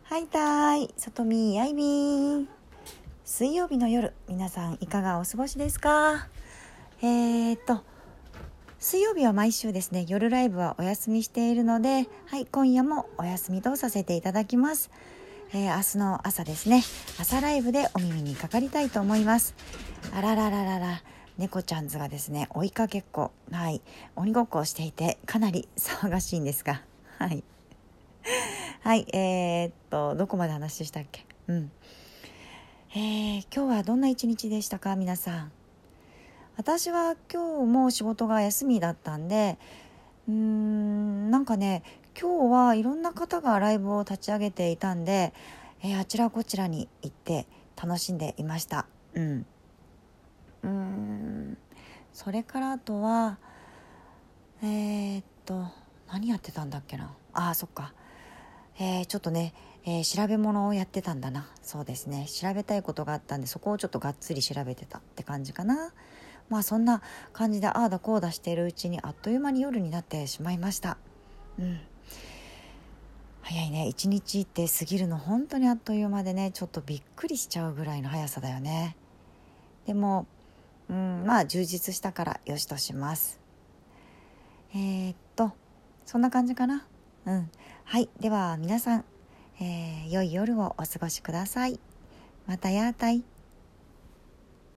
はいたーい、外見あいみー。水曜日の夜、皆さんいかがお過ごしですか？水曜日は毎週ですね、夜ライブはお休みしているので、はい、今夜もお休みとさせていただきます。明日の朝ですね、朝ライブでお耳にかかりたいと思います。あららららら、猫ちゃんズがですね、追いかけっこ、はい、鬼ごっこをしていて、かなり騒がしいんですが、はい。はい、どこまで話したっけ？今日はどんな一日でしたか、皆さん。私は今日も仕事が休みだったんで、なんかね、今日はいろんな方がライブを立ち上げていたんで、あちらこちらに行って楽しんでいました。それからあとは何やってたんだっけな。そっか。ちょっとね、調べ物をやってたんだな。そうですね、調べたいことがあったんで、そこをちょっとがっつり調べてたって感じかな。そんな感じでああだこうだしているうちにあっという間に夜になってしまいました。早いね。一日って過ぎるの本当にあっという間でね、ちょっとびっくりしちゃうぐらいの速さだよね。でも充実したからよしとします。そんな感じかな。はい、では皆さん、良い夜をお過ごしください。またやーたい。